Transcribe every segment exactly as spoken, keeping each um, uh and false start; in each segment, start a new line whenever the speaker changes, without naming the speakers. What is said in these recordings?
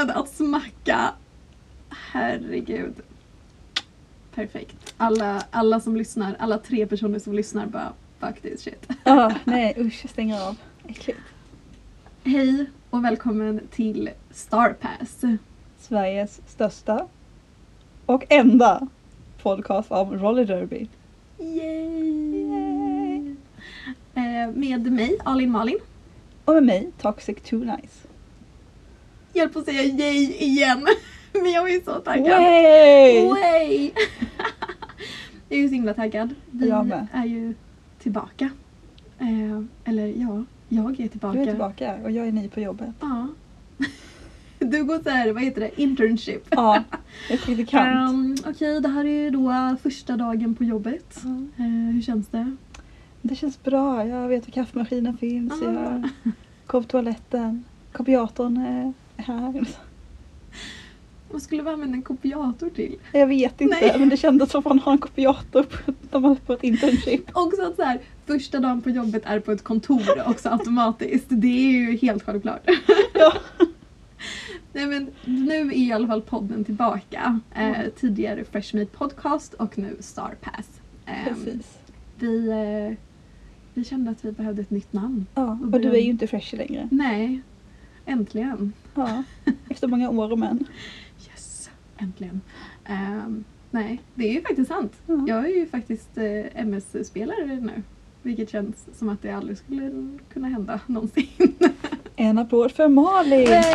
med att smacka. Herregud. Perfekt. Alla, alla som lyssnar, alla tre personer som lyssnar bara, fuck this shit.
Ja, oh, nej usch, jag stänger av. Äckligt.
Hej och välkommen till Starpass.
Sveriges största och enda podcast om roller derby.
Yay! Yay. Eh, med mig, Alin Malin.
Och med mig, Toxic Too Nice.
Jag höll på att säga yay igen. Men jag är så taggad.
Way!
Way! Jag är ju så himla taggad. Vi
Jag med.
är ju tillbaka. Eh, eller ja, jag är tillbaka.
Du är tillbaka och jag är ny på jobbet.
Ja. Du går så här, vad heter det? Internship.
Ja, jag är praktikant.
Um, Okej, okay, det här är ju då första dagen på jobbet.
Mm.
Uh, hur känns det?
Det känns bra. Jag vet hur kaffemaskinen finns.
Ah.
Jag kom på toaletten. Kopiatorn är här.
Vad skulle vi använda en kopiator till?
Jag vet inte,
Nej.
men det kändes som att man har en kopiator på, när man är på ett internship.
Också att så här, första dagen på jobbet är på ett kontor också automatiskt. Det är ju helt självklart.
Ja.
Nej, men nu är i alla fall podden tillbaka. Eh, tidigare Fresh Meat Podcast och nu Starpass. Eh,
Precis.
vi, eh, vi kände att vi behövde ett nytt namn.
Ja, och du är ju inte fresh längre.
Nej, äntligen.
Ja, efter många år och män.
Yes, äntligen. Um, nej, det är ju faktiskt sant.
Ja.
Jag är ju faktiskt eh, M S-spelare nu. Vilket känns som att det aldrig skulle kunna hända någonsin.
En applåd för Malin!
Ja.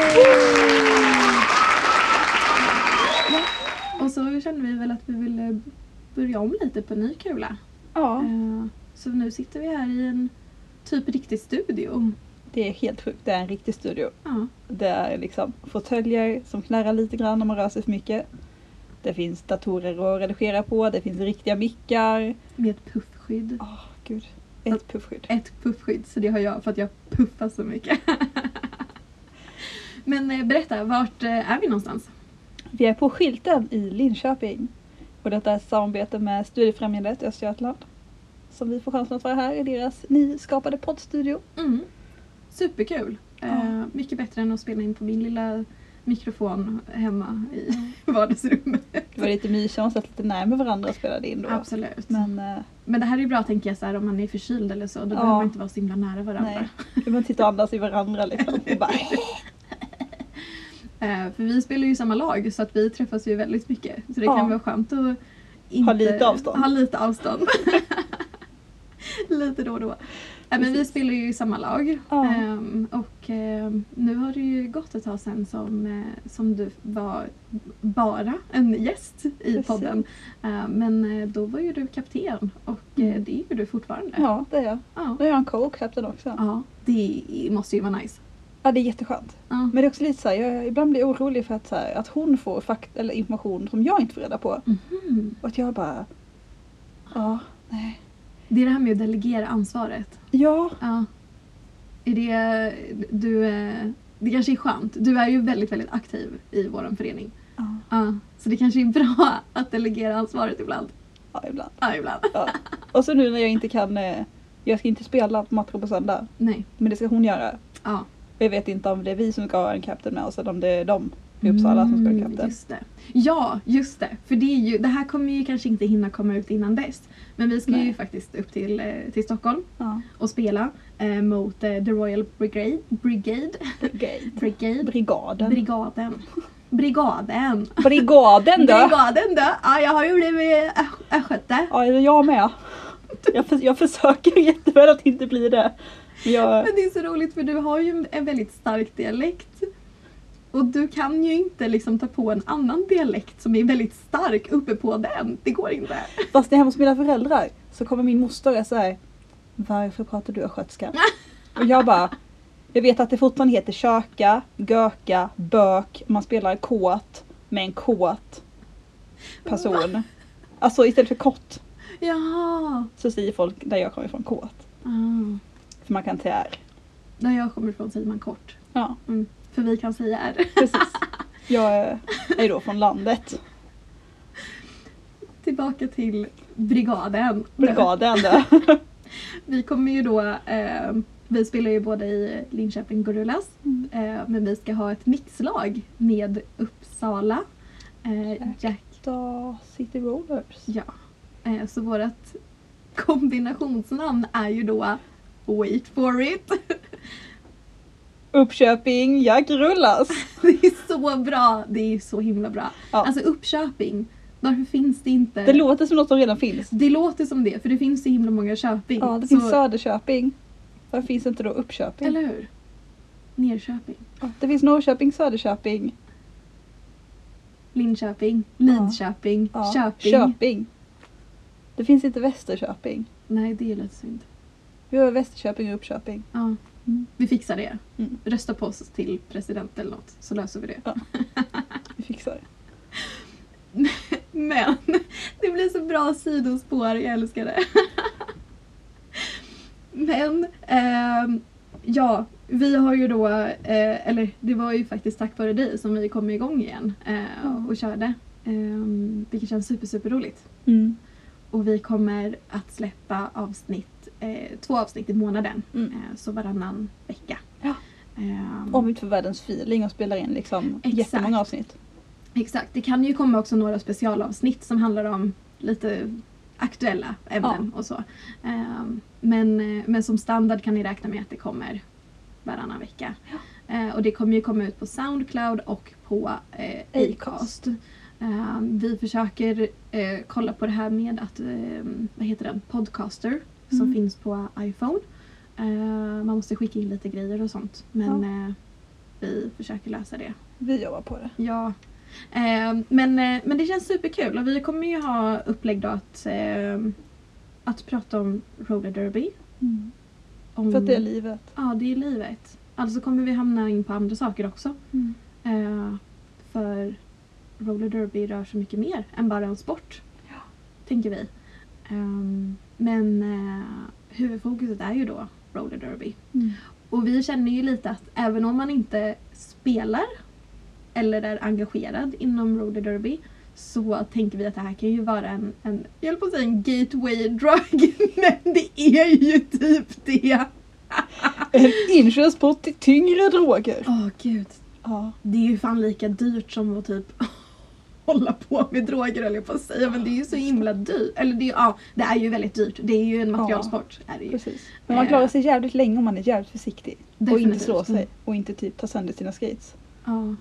Och så kände vi väl att vi ville börja om lite på ny kula.
Ja,
Uh, så nu sitter vi här i en typ riktig studio.
det är helt sjukt. Det är en riktig studio.
Ja.
Det är liksom fåtöljer som knarrar lite grann om man rör sig för mycket. Det finns datorer att redigera på. Det finns riktiga mickar.
Med ett puffskydd.
Åh, oh, gud. Ett puffskydd.
Ett puffskydd, så det har jag för att jag puffar så mycket. Men eh, berätta, vart eh, är vi någonstans?
Vi är på Skylten i Linköping. Och detta är ett samarbete med Studiefrämjandet Östergötland. Som vi får chansen att vara här i deras nyskapade poddstudio.
Mm. Superkul.
Ja.
Eh, mycket bättre än att spela in på min lilla mikrofon hemma i vardagsrummet.
Det var lite mysigt, man satt lite närmare varandra och spelade in då.
Absolut.
Men eh,
Men det här är ju bra, tänker jag, så här, om man är förkyld eller så. Då
Ja.
behöver man inte vara så himla nära varandra.
nej, vi behöver titta och andas i varandra liksom. Och bara,
Eh, för vi spelar ju i samma lag, så att vi träffas ju väldigt mycket. Så det
Ja.
kan vara skönt att inte,
Ha lite avstånd.
Ha lite avstånd. Lite då och då. Äh, men vi spelar ju i samma lag.
Ja.
Ehm, och ehm, nu har det ju gått ett tag sedan som, eh, som du var bara en gäst i
Precis.
podden. Ehm, men eh, då var ju du kapten och eh,
Mm.
det är ju du fortfarande.
ja, det är jag.
Ja.
Nu är jag en co-captain också.
Ja, det måste ju vara nice.
Ja, det är jätteskönt.
Ja.
Men det är också lite så här, jag ibland blir orolig för att, så här, att hon får fakt eller information som jag inte får reda på.
Mhm.
Och att jag bara, ja, nej.
Det är det här med att delegera ansvaret.
Ja,
Ja. Är det, du, eh, det kanske är skönt. Du är ju väldigt, väldigt aktiv i vår förening.
ja,
Ja. Så det kanske är bra att delegera ansvaret ibland.
ja ibland.
Ja, ibland.
Ja. Och så nu när jag inte kan, eh, jag ska inte spela på matcher på söndag.
Nej.
Men det ska hon göra.
Ja.
Och jag vet inte om det är vi som ska ha en captain med oss eller om det är de i Uppsala som ska ha en
Mm,
captain.
just det. Ja, just det. För det, är ju, det här kommer ju kanske inte hinna komma ut innan dess. Men vi ska
Nej.
ju faktiskt upp till, eh, till Stockholm
Ja.
och spela eh, mot eh, The Royal Brigade. Brigade.
Brigade.
Brigade.
Brigaden.
Brigaden. Brigaden.
Brigaden då?
Brigaden då? Ja, jag har ju blivit östgöte.
Ja, jag med. Jag, för, jag försöker jätteväl att inte bli det. Men jag,
Men det är så roligt för du har ju en väldigt stark dialekt. Och du kan ju inte liksom ta på en annan dialekt som är väldigt stark uppe på den. Det går inte.
fast när jag är hemma hos mina föräldrar så kommer min moster och säger, varför pratar du östgötska? Och jag bara, jag vet att det fortfarande heter köka, göka, bök. Man spelar kåt med en kåt person. Alltså istället för kott
Jaha.
så säger folk där jag kommer ifrån kåt.
Ah.
För man kan säga R.
Där jag kommer ifrån säger man kort.
Ja,
Mm. För vi kan säga R.
precis. Jag är då från landet.
Tillbaka till brigaden.
Brigaden då.
Vi kommer ju då eh, vi spelar ju både i Linköping Gorillas.
Mm.
Eh, men vi ska ha ett mixlag med Uppsala. Eh, Jack.
Då City Rollers.
Ja. Eh, så vårt kombinationsnamn är ju då Wait for it.
Uppköping, Jack Rullas.
Det är så bra. Det är så himla bra.
Ja.
Alltså Uppköping. Varför finns det inte?
Det låter som något som redan finns.
Det låter som det, för det finns så himla många Köping.
Ja, det
så...
finns Söderköping. Varför finns inte då Uppköping?
Eller hur? Nerköping.
Ja, det finns Norrköping, Söderköping.
Linköping, Lidköping,
Ja.
Köping.
Köping. Det finns inte Västerköping.
Nej, det är lite synd.
Vi har Västerköping och Uppköping.
Ja,
Mm.
vi fixar det.
Mm.
Rösta på oss till president eller något, så löser vi det.
Ja. Vi fixar det.
Men det blir så bra sidospår, jag älskar det. Men ehm, ja, vi har ju då, eh, eller det var ju faktiskt tack vare dig som vi kom igång igen eh,
Mm.
och körde. Eh, vilket känns super, super roligt.
Mm.
Och vi kommer att släppa avsnitt, eh, två avsnitt i månaden.
Mm.
Eh, så varannan vecka.
Ja.
Ehm,
Om vi inte får världens feeling och spelar in liksom
Exakt.
jättemånga avsnitt.
Exakt, det kan ju komma också några specialavsnitt som handlar om lite aktuella ämnen och så. Ehm, men, eh, men som standard kan ni räkna med att det kommer varannan vecka. Eh, och det kommer ju komma ut på Soundcloud och på eh, Acast. Ehm, vi försöker eh, kolla på det här med att, eh, vad heter den, Podcaster som
Mm.
finns på iPhone. Ehm, man måste skicka in lite grejer och sånt. Men eh, vi försöker lösa det.
Vi jobbar på det.
Ja, eh, men, eh, men det känns superkul och vi kommer ju ha upplägg då att, eh, att prata om roller derby.
Mm.
Om,
För att det är livet.
Ja, det är livet. Alltså kommer vi hamna in på andra saker också.
Mm.
Eh, för roller derby rör så mycket mer än bara en sport.
Ja.
Tänker vi. Ehm, men eh, huvudfokuset är ju då roller derby.
Mm.
Och vi känner ju lite att även om man inte spelar eller är engagerad inom roller derby så tänker vi att det här kan ju vara en, en jag höll på att säga en gateway drug, men det är ju typ det.
En inkörsport till tyngre droger.
Åh gud,
Ja.
det är ju fan lika dyrt som att typ hålla på med droger, eller jag på att säga, men det är ju så himla dyrt. Eller det är, ja, det är ju väldigt dyrt. Det är ju en materialsport. Är det ju.
Precis. Men man klarar sig jävligt länge om man är jävligt försiktig. Och
Definitivt.
inte slår sig. Och inte typ tar sönder sina skates.
Ja,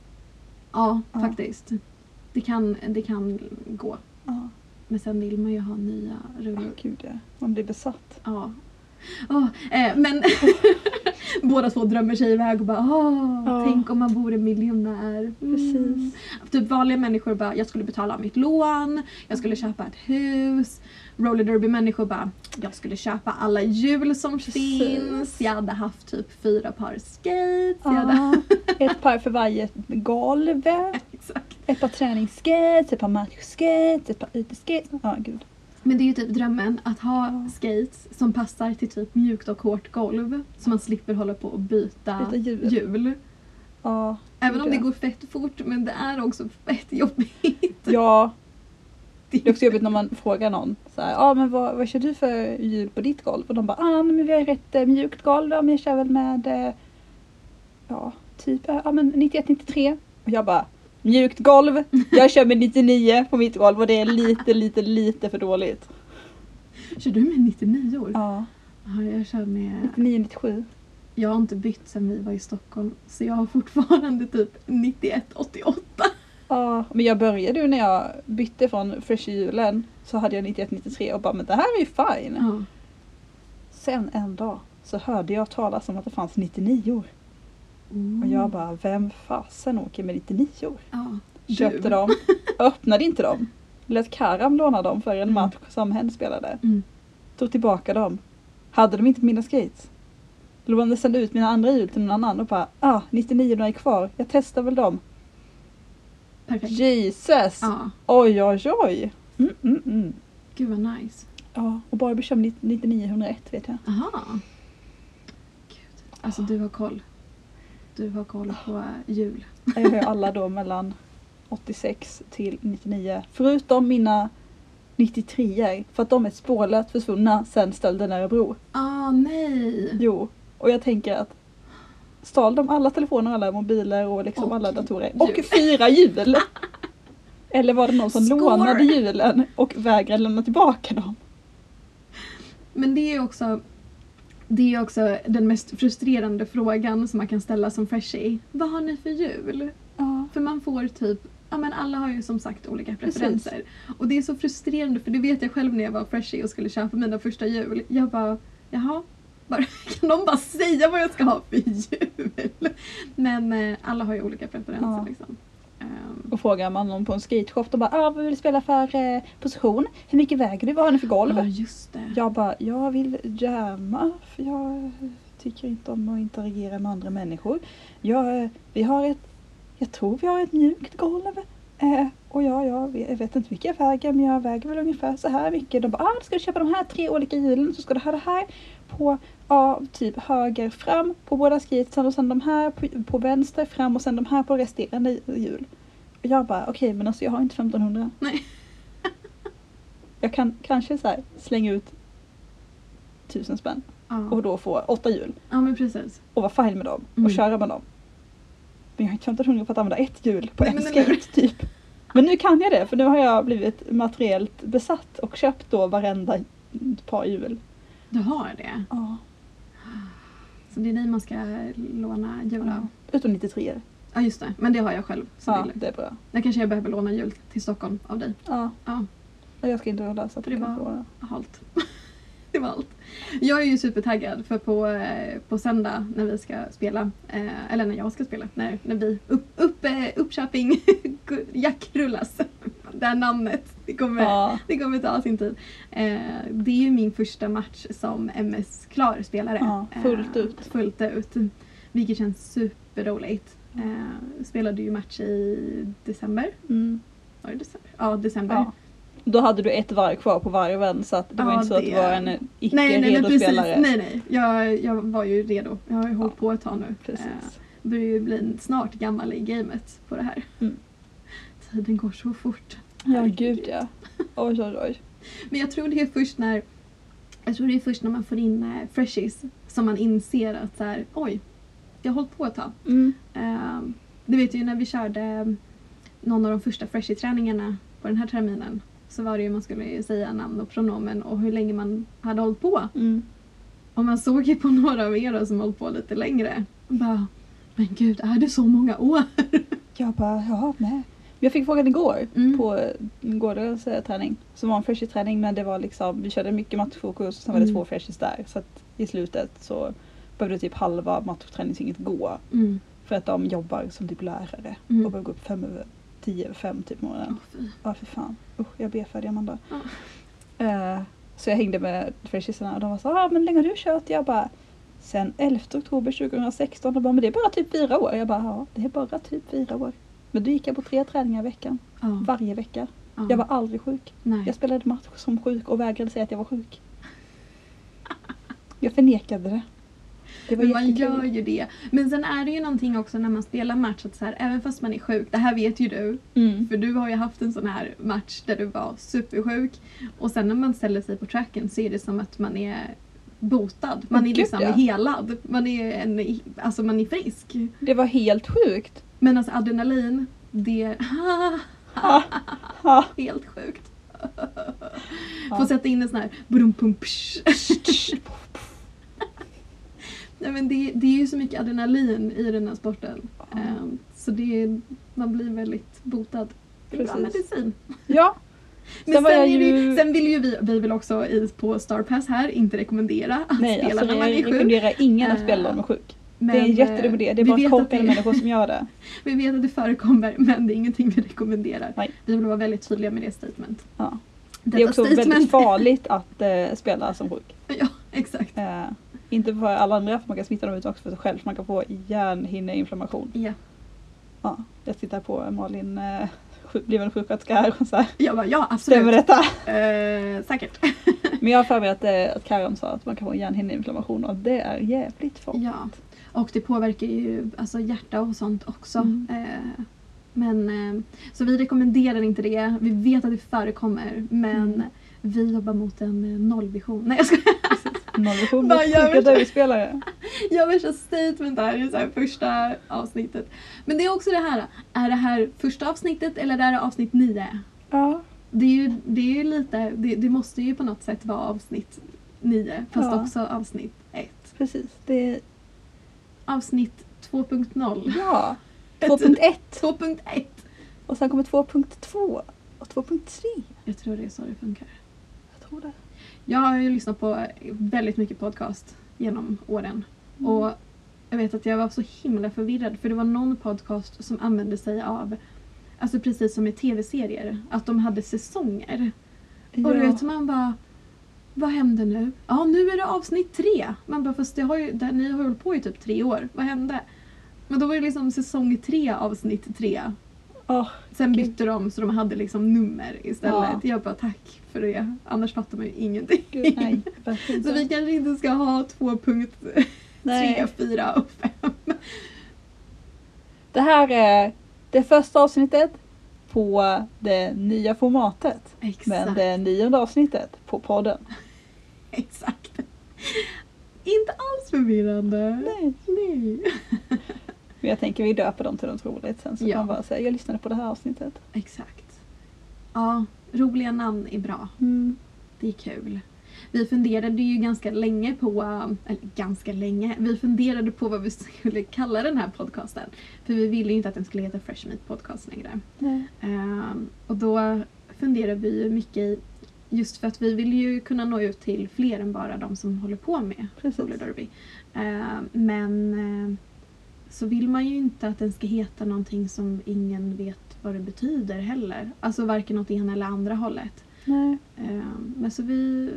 ja,
Ja.
faktiskt. Det kan, det kan gå.
Ja.
Men sen vill man ju ha nya rullar.
Åh, gud ja. Man blir besatt.
Ja. Åh, eh, men båda två drömmer sig iväg och bara åh,
Ja.
tänk om man vore miljonär. Mm.
Precis.
Typ vanliga människor bara, jag skulle betala mitt lån, jag skulle köpa ett hus. Roller derby människor bara, jag skulle köpa alla hjul som
Precis.
finns. Jag hade haft typ fyra par skates. Jag hade...
Ja. Ett par för varje golv.
Exakt.
Ett par träningsskates, ett par matchskates, ett par uteskates. Ja, gud.
Men det är ju typ drömmen att ha
Ja.
skates som passar till typ mjukt och hårt golv. Så man slipper hålla på och byta,
Byta hjul.
hjul.
Ja.
Även om
gud,
det
ja.
går fett fort, men det är också fett jobbigt.
Ja. Det är också jobbigt när man frågar någon. Så här, ah, men vad, vad kör du för hjul på ditt golv? Och de bara, ah, men vi har ett eh, mjukt golv. Ja, men jag kör väl med eh, ja, typ eh, ja, men nittioett nittiotre. Och jag bara, mjukt golv. Jag kör med nittionio på mitt golv och det är lite, lite, lite för dåligt.
Kör du med nittionio?
Ja,
Ja, jag kör med...
nittionio nittiosju.
Jag har inte bytt sedan vi var i Stockholm. Så jag har fortfarande typ nittioett åttioåtta.
Ja, men jag började ju när jag bytte från Fresh-hjulen så hade jag nittioett nittiotre och bara, men det här är ju fine.
Ja.
Sen en dag så hörde jag talas om att det fanns nittionio.
Mm.
Och jag bara, vem fasen åker med nittionio?
Ja.
Köpte
Du.
dem, öppnade inte dem. Lät Karam låna dem för en
Mm.
match som hen spelade.
Mm.
Tog tillbaka dem. Hade de inte på mina skates. Lånade sen ut mina andra hjul till någon annan och bara, ah, nittionio är kvar. Jag testar väl dem.
Perfekt.
Jesus!
Ja.
Oj, oj, oj. Mm, mm, mm.
Gud vad nice.
Ja, och Barbie kör med nittionio hundraett vet jag.
Aha. Gud. Alltså du har koll. Du har koll på äh, jul.
Jag har ju alla då mellan åttiosex till nittionio. Förutom mina nittiotre för att de är spårlöst försvunna sen stölden i Örebro.
Ah nej.
Jo, Och jag tänker att stal de alla telefoner, alla mobiler och liksom
och
alla datorer.
hjul.
Och fyra hjul! Eller var det någon som
Score.
lånade hjulen och vägrade lämna tillbaka dem?
Men det är också det är också den mest frustrerande frågan som man kan ställa som freshie. Vad har ni för jul?
Ja.
För man får typ, ja men alla har ju som sagt olika preferenser.
Precis.
Och det är så frustrerande för det vet jag själv när jag var freshie och skulle köpa mina första jul. Jag bara, jaha, bara, kan de bara säga vad jag ska ha för jul? Men eh, alla har ju olika preferenser
Ja.
liksom. Um,
Och frågar man någon på en skateshop, då bara, ah, vad vill du spela för eh, position? Hur mycket väger du? Vad har ni för golv?
ja just det.
Jag bara, jag vill jamma för jag tycker inte om att interagera med andra människor. Jag, vi har ett, jag tror vi har ett mjukt golv. Eh, och ja, jag vet, jag vet inte vilka jag väger, men jag väger väl ungefär så här mycket. De bara, ah, ska du köpa de här tre olika hjulen så ska du ha det här på ja, typ höger fram på båda skidsen och sen de här på, på vänster fram och sen de här på resterande hjul. Och jag bara, okej okay, men alltså jag har inte femtonhundra.
Nej.
Jag kan kanske så här slänga ut tusen spänn
Ja.
och då få åtta hjul
ja men precis.
och vara fine med dem och
Mm.
köra med dem. Men jag har inte femtonhundra för att använda ett hjul på
Nej,
en
men eller hur?
skate typ. Men nu kan jag det för nu har jag blivit materiellt besatt och köpt då varenda par hjul.
Du har det.
Ja.
Så det är dig man ska låna jul
Ja.
av.
Utom nittiotre.
Ja just det, men det har jag själv. Så
Ja,
det är
det är bra.
Där kanske jag behöver låna jul till Stockholm av dig.
Ja.
Ja,
Och jag ska inte rulla så att
för
du
det
kan få
var
det.
allt. Det var allt. Jag är ju supertaggad för på, eh, på söndag när vi ska spela, eh, eller när jag ska spela, när, när vi upp, upp, eh, Uppköping jackrullas. Det här namnet, det kommer,
Ja.
det kommer ta sin tid. Eh, det är ju min första match som M S-klar spelare.
Ja, fullt
Eh,
ut.
Fullt ut. Vilket känns superroligt. Eh, spelade ju match i december.
Mm.
Var det december? Ja, december.
Ja. Då hade du ett varv kvar på varven så att det var
Ja,
inte så att
det-
du var en
Nej, nej,
icke-redo
nej, precis.
spelare.
Nej, nej. Jag, jag var ju redo. Jag har ju hållit på ett tag nu.
Precis.
Eh, börjar ju bli snart gammal i gamet på det här.
Mm.
Tiden går så fort.
Ja, gud ja. Oj, oj, oj.
Men jag tror det är först när jag tror det är först när man får in eh, freshies som man inser att så här, oj, jag har hållit på ett tag.
Mm.
Eh, du vet ju när vi körde någon av de första freshie-träningarna på den här terminen så var det ju man skulle ju säga namn och pronomen och hur länge man hade hållit på.
Mm.
Och man såg ju på några av er som hållit på lite längre. Och bara, men gud, är det så många år?
Jag bara, ja, nej. Jag fick frågan igår
Mm.
på gårdagens eh, träning. Som var en freshie-träning men det var liksom, vi körde mycket matchfokus och sen var det
Mm.
två freshies där. Så att i slutet så behövde typ halva matchträningsinget gå.
Mm.
För att de jobbar som typ lärare
Mm.
och behöver gå upp fem över tio över fem typ på morgonen.
Åh, fy.
Ja, för fan. Usch, jag ber för dig, Amanda.
Ja.
Eh, så jag hängde med freshiesarna och de var så ah, men länge har du kört? Jag bara, sen elfte oktober tjugohundrasexton. Och bara, men det är bara typ fyra år. Jag bara, ja, det är bara typ fyra år. Men då gick jag på tre träningar i veckan.
Ja.
Varje vecka.
Ja.
Jag var aldrig sjuk.
Nej.
Jag spelade match som sjuk och vägrade säga att jag var sjuk. Jag förnekade det. Det var
Men man
jättekul.
gör ju det. Men sen är det ju någonting också när man spelar match att så här, även fast man är sjuk, det här vet ju du.
Mm.
För du har ju haft en sån här match där du var supersjuk. Och sen när man ställer sig på tracken så är det som att man är botad. Man
Åh,
är
gud,
liksom
ja.
helad. Man är, en, alltså man är frisk.
Det var helt sjukt.
Men alltså adrenalin, det
Ha, ha.
helt sjukt.
Ja.
Får sätta in en sån här brum pum psh. Nej men det, det är ju så mycket adrenalin i den här sporten.
Ja.
Ehm, så det, man blir väldigt botad. Det är bra
Precis.
medicin.
Ja.
Men
Sen
sen,
var jag
är det,
ju-
ju- sen vill ju vi, vi vill också i, på Star Pass här inte rekommendera att
Nej,
spela
alltså
när man
jag
är sjuk.
rekommenderar ingen att
Eh,
spela när de är sjuk.
Men,
det är en jättedum idé. Det är
vi
bara
vet att
korkade
det-
människor som gör det.
Vi vet att det förekommer men det är ingenting vi rekommenderar.
Nej.
Vi vill vara väldigt tydliga med det statement.
Ja.
Detta
Det är också
statement.
väldigt farligt att eh, spela som sjuk.
Ja, exakt.
Eh, inte för alla andra för man kan smitta dem ut också för sig själv. Så man kan få hjärnhinneinflammation.
Ja.
Ja, jag tittar på Malin, eh, sjuk- blivande sjuksköterska här och så här.
Jag bara, ja absolut.
Stämmer detta?
Eh, säkert.
Men jag har för mig att, eh, att Karin sa att man kan få hjärnhinneinflammation och det är jävligt farligt.
Ja, och det påverkar ju alltså hjärta och sånt också.
Mm.
Eh, men, eh, så vi rekommenderar inte det. Vi vet att det förekommer men
Mm.
vi jobbar mot en eh, nollvision. Nej jag ska
Nollvision
Vad
mot
gör
sjuka
vi?
dödspelare.
Jag värsta statement här i så här första avsnittet. Men det är också det här, är det här första avsnittet eller är det avsnitt nio?
Ja.
Det är ju, det är ju lite, det, det måste ju på något sätt vara avsnitt nio, fast
Ja.
också avsnitt ett.
Precis. Det är...
Avsnitt två punkt noll.
Ja. två punkt ett.
två punkt ett.
Och sen kommer två punkt två. Och två punkt tre.
Jag tror det är så det funkar.
Jag tror det.
Jag har ju lyssnat på väldigt mycket podcast genom åren.
Mm.
Och jag vet att jag var så himla förvirrad. För det var någon podcast som använde sig av, alltså precis som i tv-serier, att de hade säsonger.
Ja.
Och du vet, man bara, vad händer nu? Ja, nu är det avsnitt tre. Man bara, fast det har ju, det, ni har hållit på i typ tre år. Vad hände? Men då var det liksom säsong tre, avsnitt tre.
Åh,
Sen
Gud.
bytte de så de hade liksom nummer istället.
Ja.
Jag bara, tack för det. Annars fattar man ju ingenting.
Gud, nej. Verkligen
Så vi kanske inte ska ha två punkt tre,
Nej.
fyra och fem.
Det här är det första avsnittet på det nya formatet.
Exakt.
Men det nionde avsnittet på podden.
Exakt. Inte alls förvirrande.
Nej.
Nej.
Men jag tänker vi döper dem till något roligt sen så
Ja.
kan man bara säga jag lyssnade på det här avsnittet.
Exakt. Ja, roliga namn är bra.
Mm.
Det är kul. Vi funderade ju ganska länge på, eller ganska länge, vi funderade på vad vi skulle kalla den här podcasten. För vi ville ju inte att den skulle heta Fresh Meat Podcast längre.
Nej.
Um, och då funderade vi ju mycket i, just för att vi vill ju kunna nå ut till fler än bara de som håller på med
Precis.
roller derby. Uh, men uh, så vill man ju inte att den ska heta någonting som ingen vet vad det betyder heller. Alltså varken åt ena eller andra hållet.
Nej.
Um, men så vi,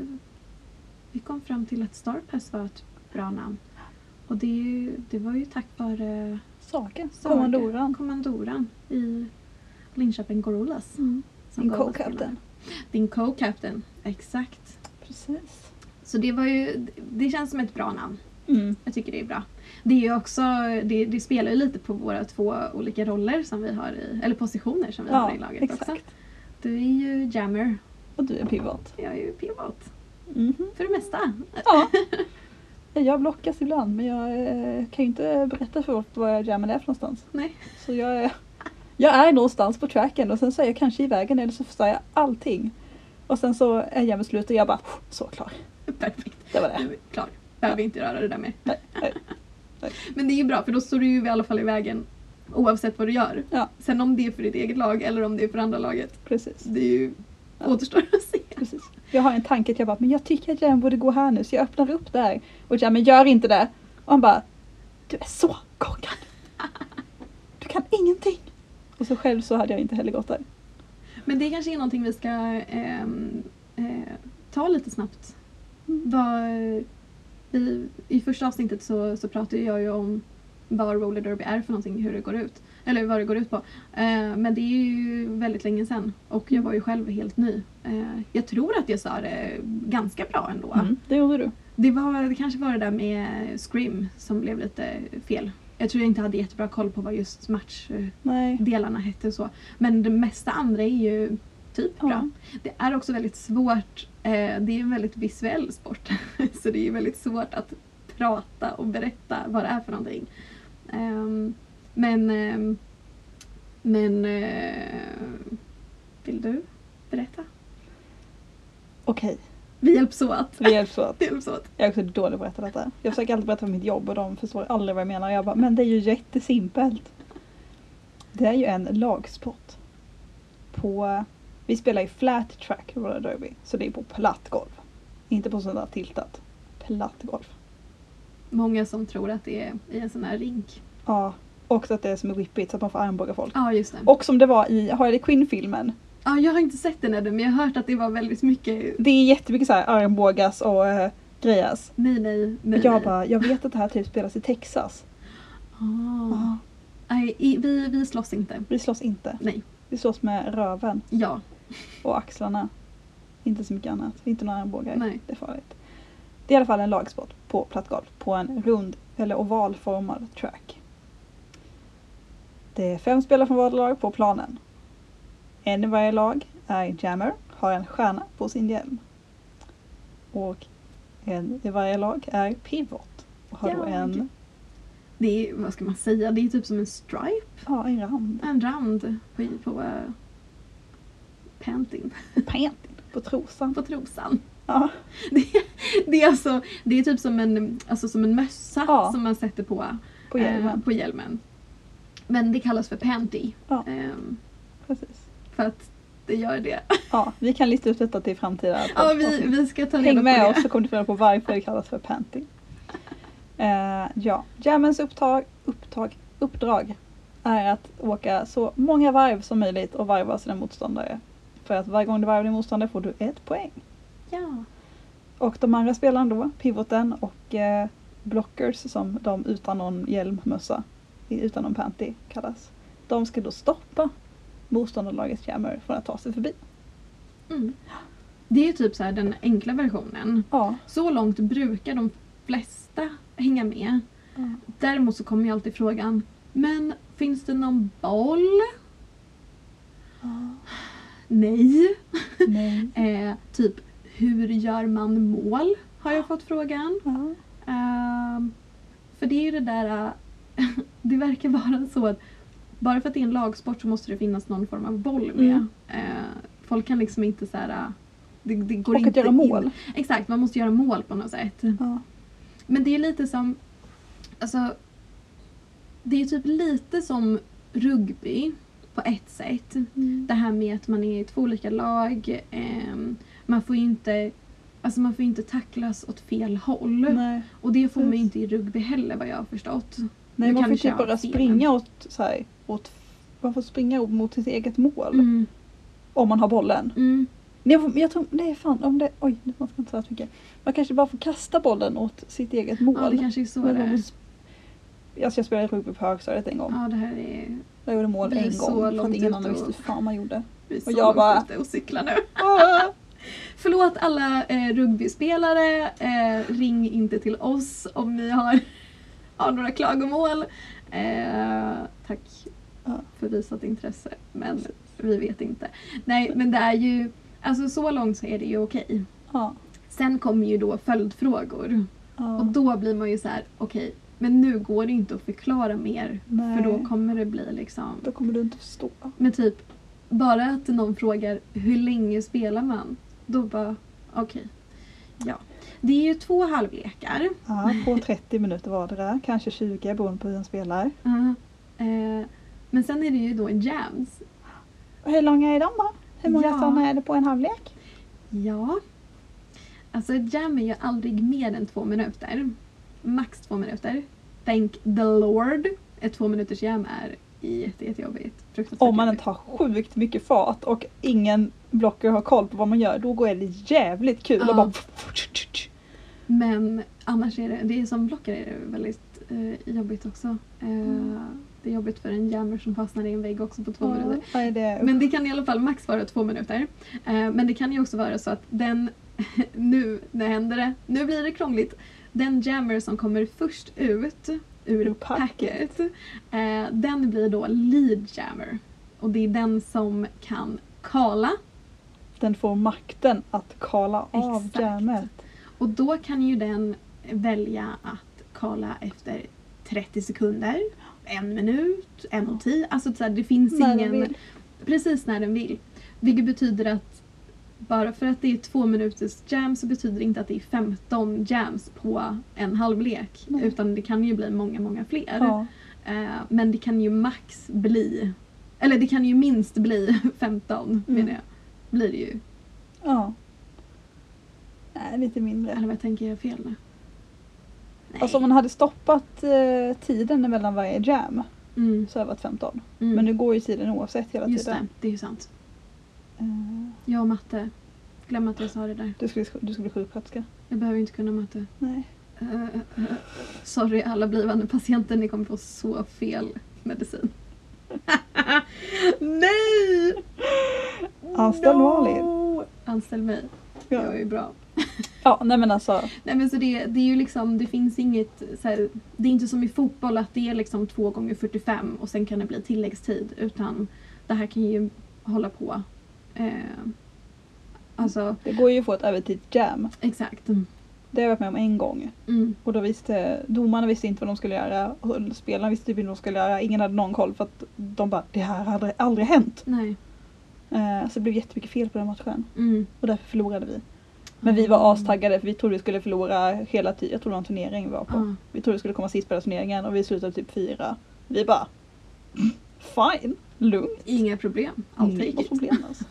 vi kom fram till att Starpass var ett bra namn. Och det, är ju- det var ju tack vare
Saga.
Saga,
Kommandoran.
kommandoran i Linköping Gorillas.
Mm.
som
Din
gav oss
co-captain.
bilden. Din co-captain, exakt.
Precis.
Så det var ju, det känns som ett bra namn.
Mm.
Jag tycker det är bra. Det är ju också, det, det spelar ju lite på våra två olika roller som vi har i, eller positioner som vi
Ja,
har i laget
exakt.
också. Du är ju jammer,
Och du är pivot.
jag är ju pivot.
Mhm.
För det mesta.
Ja. Jag blockas ibland men jag eh, kan ju inte berätta för folk vad jag jammen är för någonstans.
Nej.
Så jag är, jag är någonstans på tracken och sen så är jag kanske i vägen eller så förstår jag allting. Och sen så är jammen slut och jag bara så klar.
Perfekt.
Det var det.
Du är klar. Behöver inte röra det där mer.
Nej, nej.
Men det är ju bra för då står du ju i alla fall i vägen oavsett vad du gör.
Ja.
Sen om det är för ditt eget lag eller om det är för andra laget.
Precis.
Det är ju,
Ja.
återstår att se.
Precis. Jag har en tanke att jag bara, men jag tycker att Jam borde gå här nu så jag öppnar upp där. Och Jam, men gör inte det. Och han bara, du är så korkad. Du kan ingenting. Och så själv så hade jag inte heller gått där.
Men det kanske är någonting vi ska ehm, eh, ta lite snabbt.
Mm.
Vad, vi, I första avsnittet så, så pratade jag ju om vad roller derby är för någonting, hur det går ut. Eller vad det går ut på. Eh, men det är ju väldigt länge sedan. Och jag var ju själv helt ny. Eh, jag tror att jag sa det ganska bra ändå.
Mm, det gjorde du.
Det, var, det kanske var det där med Scream som blev lite fel. Jag tror jag inte hade jättebra koll på vad just matchdelarna
Nej.
hette och så. Men det mesta andra är ju typ
Ja.
bra. Det är också väldigt svårt. Eh, det är en väldigt visuell sport. Så det är väldigt svårt att prata och berätta vad det är för någonting. Ehm, men ehm, men eh, vill du berätta?
Okej,
Vi hjälps åt.
vi hjälps åt.
Vi hjälps åt.
Jag är också dålig på att berätta detta. Jag försöker alltid berätta om mitt jobb och de förstår aldrig vad jag menar. Jag bara, men det är ju jättesimpelt. Det är ju en lagsport. På, vi spelar i flat track roller derby. Så det är på platt golv. Inte på sånt där tiltat. Platt golv.
Många som tror att det är i en sån här rink.
Ja, också att det är som en whippet så att man får armbåga folk.
Ja, just det.
Och som det var i Harley Quinn-filmen.
Ja, jag har inte sett den ännu, men jag har hört att det var väldigt mycket.
Det är jättemycket så här armbågas och äh, grejas.
Nej, nej, nej.
Jag
nej.
bara, jag vet att det här typ spelas i Texas.
Ah.
Ja.
Nej, i- vi, vi slåss inte.
Vi slåss inte.
Nej.
Vi slåss med röven
Ja.
och axlarna. Inte så mycket annat. Inte några armbågar.
Nej.
Det är farligt. Det är i alla fall en lagsport på platt golv. På en rund eller ovalformad track. Det är fem spelare från varje lag på planen. En i varje lag är jammer, har en stjärna på sin hjälm. Och en i varje lag är pivot Och har då
Jag.
en...
Det är, vad ska man säga, det är typ som en stripe.
Ja, en rand.
En rand på, på uh, pantin.
Pantin på trosan.
På trosan.
Ja.
Det, det är alltså, det är typ som en, alltså som en mössa
Ja.
som man sätter på,
På hjälmen.
eh, på hjälmen. Men det kallas för panty.
Ja.
Ehm,
Precis.
för att det gör det.
Ja, vi kan lista ut detta till framtida
Ja, vi,
avsnitt.
vi ska ta reda
Häng
på
med
det.
oss så kommer du få reda på varför det kallas för panting. Uh, ja, jammens upptag, upptag, uppdrag är att åka så många varv som möjligt och varva sina motståndare. För att varje gång du varvar din motståndare får du ett poäng.
Ja.
Och de andra spelarna då, pivoten och eh, blockers som de utan någon hjälmmössa, utan någon panty kallas. De ska då stoppa motståndarlagets jammer från att ta sig förbi.
Mm. Det är ju typ så här den enkla versionen.
Ja.
Så långt brukar de flesta hänga med.
Ja.
Däremot så kommer ju alltid frågan, men finns det någon boll? Nej.
Nej.
Eh, typ, hur gör man mål? Har jag fått frågan.
Ja.
Ehm, för det är ju det där, äh, det verkar vara så att bara för att det är en lagsport så måste det finnas någon form av boll med.
Mm.
Eh, folk kan liksom inte så här, äh, det, det går
Och
inte
att göra
in.
mål.
Exakt, man måste göra mål på något sätt.
Ja.
Men det är lite som, alltså, det är typ lite som rugby på ett sätt.
Mm.
Det här med att man är i två olika lag, ehm, man får ju inte, alltså man får ju inte tacklas åt fel håll.
Nej.
Och det får man ju
Precis.
inte i rugby heller vad jag har förstått.
Nej,
Nu
man får
kanske
typ
jag har
bara
fel.
springa åt, så här, åt, man får springa mot sitt eget mål.
Mm.
Om man har bollen.
Mm.
Nej, jag, jag tror, nej fan, om det, oj, man ska inte säga så mycket. Man kanske bara får kasta bollen åt sitt eget mål.
Ja, det kanske är så
Men
det
man
är.
måste- Alltså jag spelade rugby på högstadiet en gång.
Ja, det här är...
Jag gjorde mål
Vi är
en
så
gång för
långt
att ingen
ute
annan
och-
visste hur fan man gjorde.
Vi är så
Och jag
långt
bara-
ute och cyklar nu.
Ah!
Förlåt alla eh, rugbyspelare, eh, ring inte till oss om ni har, har några klagomål. Eh, tack
Ja.
för visat intresse, men vi vet inte. Nej, men det är ju, alltså så långt så är det ju okej.
Ja.
Sen kommer ju då följdfrågor.
Ja.
Och då blir man ju så här: okej, men nu går det inte att förklara mer.
Nej.
För då kommer det bli liksom,
Då kommer du inte förstå.
men typ, bara att någon frågar hur länge spelar man? Då bara, okej. Ja. Det är ju två halvlekar.
Ja, på trettio minuter vardera, kanske tjugo beroende på hur den spelar.
Ja. Eh, men sen är det ju då jams.
Och hur långa är de då? Hur många
Ja.
sådana är det på en halvlek?
Ja. Alltså ett jam är ju aldrig mer än två minuter. Max två minuter. Thank the Lord. Ett två minuters jam är jätte, jättejobbigt. Fruktansvärt
Om man
jobbigt.
inte har sjukt mycket fart och ingen blocker har koll på vad man gör, då går det jävligt kul.
Ja.
Och bara...
Men annars är det, det är som blockare är det väldigt eh, jobbigt också. Eh,
Mm.
Det är jobbigt för en jammer som fastnar i en vägg också på två minuter.
Nej, det...
Men det kan i alla fall max vara två minuter. Eh, men det kan ju också vara så att den, nu, nu händer det, nu blir det krångligt. Den jammer som kommer först ut ur
Ur packet.
packet, eh, den blir då lead jammer. Och det är den som kan kala.
Den får makten att kala av
Exakt.
jammet.
Och då kan ju den välja att kala efter trettio sekunder, en minut, en och tio. Alltså så här, det finns
När den
ingen...
vill.
Precis när den vill. Vilket betyder att bara för att det är två minuters jam så betyder det inte att det är femton jams på en halvlek.
Nej.
Utan det kan ju bli många, många fler.
Ja.
Eh, men det kan ju max bli, eller det kan ju minst bli femton
Mm.
menar jag. Blir det ju.
Ja. Nej, lite mindre.
Eller vad tänker jag fel nu? Nej.
Alltså om man hade stoppat eh, tiden mellan varje jam
mm.
så hade det varit femton.
Mm.
Men nu går ju tiden oavsett hela
Just det,
tiden.
det är ju sant.
Eh,
Jag och matte. Glöm att jag sa det där.
du, skulle, du skulle bli sjuksköterska.
Jag behöver inte kunna matte.
Nej.
Uh, uh, sorry alla blivande patienter, ni kommer få så fel medicin. Nej!
Anställ Malin.
Anställ mig.
Ja.
Jag är ju bra.
Ja, nej men alltså.
Nej men så det, det är ju liksom, det finns inget så här, det är inte som i fotboll att det är liksom två gånger fyrtiofem och sen kan det bli tilläggstid, utan det här kan ju hålla på. Eh, alltså,
Det går ju att få ett övertidsjam.
exakt.
Det har jag varit med om en gång.
Mm.
Och då visste, domarna visste inte vad de skulle göra. Och spelarna visste typ inte vad de skulle göra. Ingen hade någon koll för att de bara, det här hade aldrig, aldrig hänt.
Nej.
Eh, så det blev jättemycket fel på den matchen.
Mm.
Och därför förlorade vi. Men vi var astaggade för vi trodde vi skulle förlora hela tiden. Jag tror det var en turnering vi var på.
Mm.
Vi trodde vi skulle komma sist på den turneringen och vi slutade typ fyra. Vi bara, fine, lugnt.
Inga problem. I'll take
Inga
it.
problem alltså.